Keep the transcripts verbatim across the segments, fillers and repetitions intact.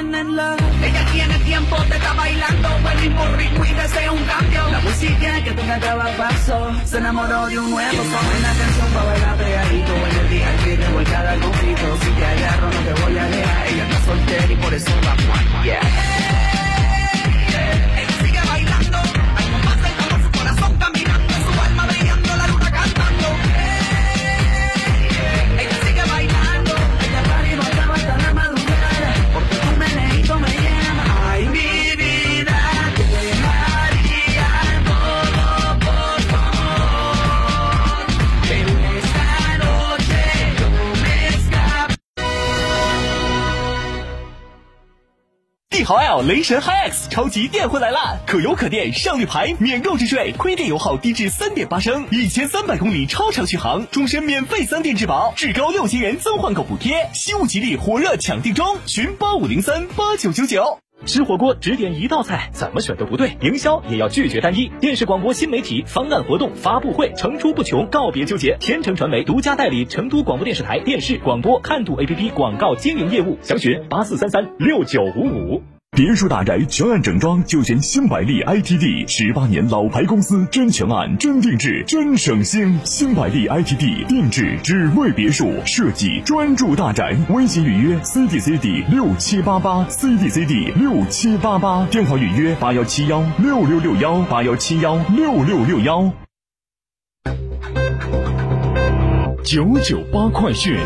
tenerla. Ella tiene tiempo, te está bailando el mismo ritmo y desea un cambio. La música que tenga cada paso, se enamoró de un nuevo son. Una canción para bailar pegadito en el día que revolcada al conflicto. Si te agarro no te voy a dejar, ella está soltera y por eso va a yeah. Ella sigue bailando, al compás del calor su corazón caminando, su alma brillando, la luna cantando. Ella sigue bailando, ella para y bailaba hasta la madrugada, porque tu meneíto me llama. Ay, mi vida, te dejaría todo por favor, pero esta noche yo me escapo。 帝豪 L 雷神 Hi-X 超级电混来啦！可油可电，上绿牌，免购置税，亏电油耗低至 三点八 升，一千三百公里超长续航，终身免费三电质保，至高六千元增换购补贴，西物吉利火热抢订中，询八五零三八九九九。吃火锅只点一道菜，怎么选都不对，营销也要拒绝单一。电视广播新媒体方案活动发布会层出不穷，告别纠结。天成传媒独家代理成都广播电视台电视广播看度 A P P 广告经营业务，详询八四三三六九五五。 别墅大宅全案整装就选新百利 I T D， 十八年老牌公司，真全案、真定制、真省心。新百利 I T D 定制只为别墅设计，专注大宅。微信预约 C D C D 六七八八 C D C D 六七八八，电话预约八幺七幺六六六幺八幺七幺六六六幺。九九八快讯，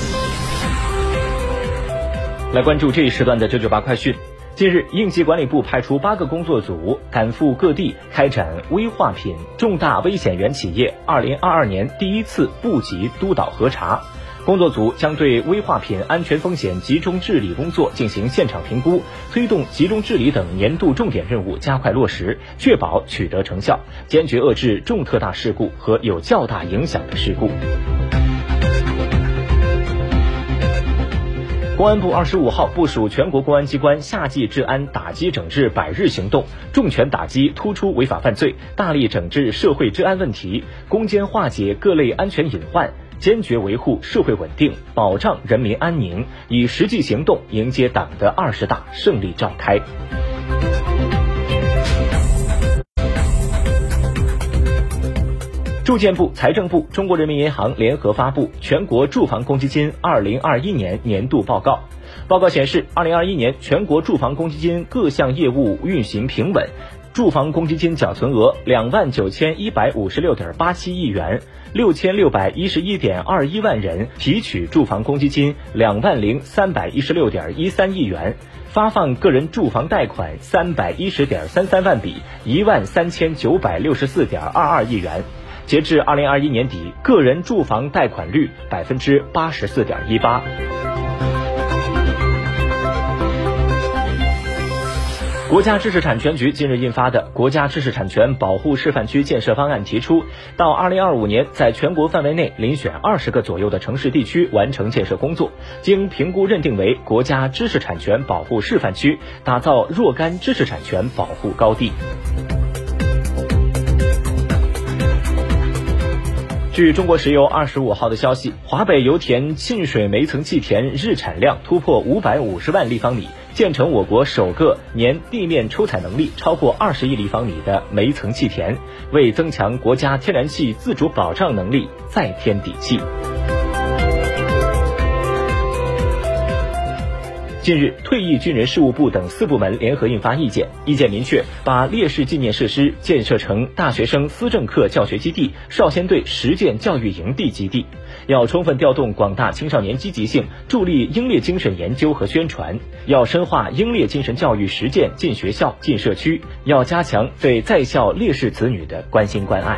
来关注这一时段的九九八快讯。近日，应急管理部派出八个工作组赶赴各地开展危化品重大危险源企业二零二二年第一次部级督导核查。工作组将对危化品安全风险集中治理工作进行现场评估，推动集中治理等年度重点任务加快落实，确保取得成效，坚决遏制重特大事故和有较大影响的事故。公安部二十五号部署全国公安机关夏季治安打击整治百日行动，重拳打击突出违法犯罪，大力整治社会治安问题，攻坚化解各类安全隐患，坚决维护社会稳定，保障人民安宁，以实际行动迎接党的二十大胜利召开。住建部、财政部、中国人民银行联合发布全国住房公积金二零二一年年度报告。报告显示，二零二一年全国住房公积金各项业务运行平稳，住房公积金缴存额两万九千一百五十六点八七亿元，六千六百一十一点二一万人提取住房公积金两万零三百一十六点一三亿元，发放个人住房贷款三百一十点三三万笔，一万三千九百六十四点二二亿元。截至二零二一年底，个人住房贷款率百分之八十四点一八。国家知识产权局近日印发的《国家知识产权保护示范区建设方案》提出，到二零二五年，在全国范围内遴选二十个左右的城市地区完成建设工作，经评估认定为国家知识产权保护示范区，打造若干知识产权保护高地。据中国石油二十五号的消息，华北油田沁水煤层气田日产量突破五百五十万立方米，建成我国首个年地面抽采能力超过二十亿立方米的煤层气田，为增强国家天然气自主保障能力再添底气。近日，退役军人事务部等四部门联合印发意见，意见明确把烈士纪念设施建设成大学生思政课教学基地、少先队实践教育营地基地，要充分调动广大青少年积极性，助力英烈精神研究和宣传，要深化英烈精神教育实践进学校、进社区，要加强对在校烈士子女的关心关爱。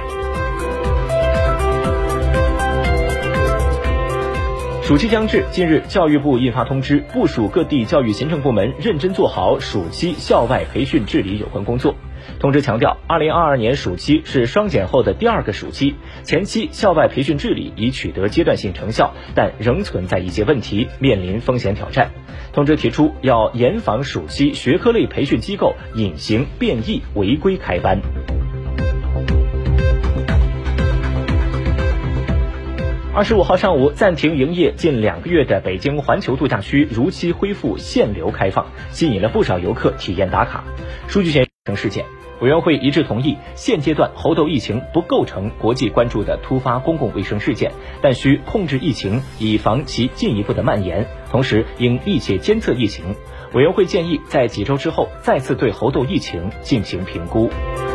暑期将至，近日教育部印发通知，部署各地教育行政部门认真做好暑期校外培训治理有关工作。通知强调，二零二二年暑期是双减后的第二个暑期，前期校外培训治理已取得阶段性成效，但仍存在一些问题，面临风险挑战。通知提出，要严防暑期学科类培训机构隐形变异违规开班。 二十五号上午暂停营业近两个月的北京环球度假区如期恢复限流开放，吸引了不少游客体验打卡。数据显示，事件委员会一致同意，现阶段猴痘疫情不构成国际关注的突发公共卫生事件，但需控制疫情，以防其进一步的蔓延，同时应密切监测疫情。委员会建议在几周之后再次对猴痘疫情进行评估。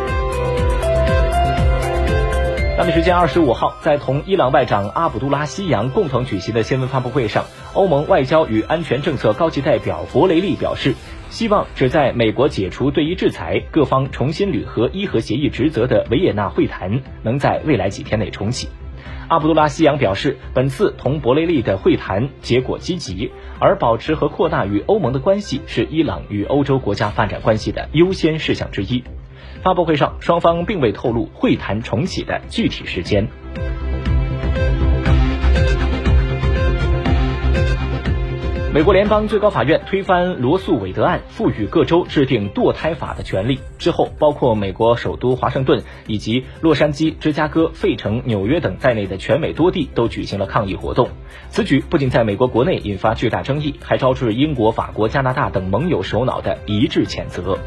当地时间二十五号，在同伊朗外长阿卜杜拉希扬共同举行的新闻发布会上，欧盟外交与安全政策高级代表博雷利表示，希望旨在美国解除对伊制裁、各方重新履行伊核协议职责的维也纳会谈能在未来几天内重启。阿卜杜拉希扬表示，本次同博雷利的会谈结果积极，而保持和扩大与欧盟的关系是伊朗与欧洲国家发展关系的优先事项之一。发布会上，双方并未透露会谈重启的具体时间。美国联邦最高法院推翻罗素韦德案，赋予各州制定堕胎法的权利之后，包括美国首都华盛顿以及洛杉矶、芝加哥、费城、纽约等在内的全美多地都举行了抗议活动。此举不仅在美国国内引发巨大争议，还招致英国、法国、加拿大等盟友首脑的一致谴责。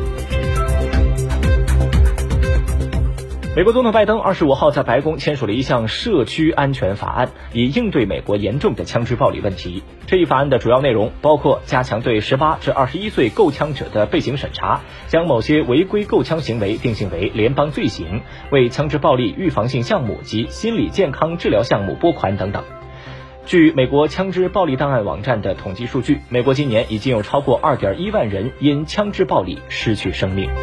美国总统拜登二十五号在白宫签署了一项社区安全法案，以应对美国严重的枪支暴力问题。这一法案的主要内容包括加强对十八至二十一岁购枪者的背景审查，将某些违规购枪行为定性为联邦罪行，为枪支暴力预防性项目及心理健康治疗项目拨款等等。据美国枪支暴力档案网站的统计数据，美国今年已经有超过 二点一万人因枪支暴力失去生命。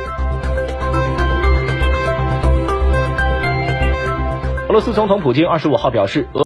俄罗斯总统普京二十五号表示，俄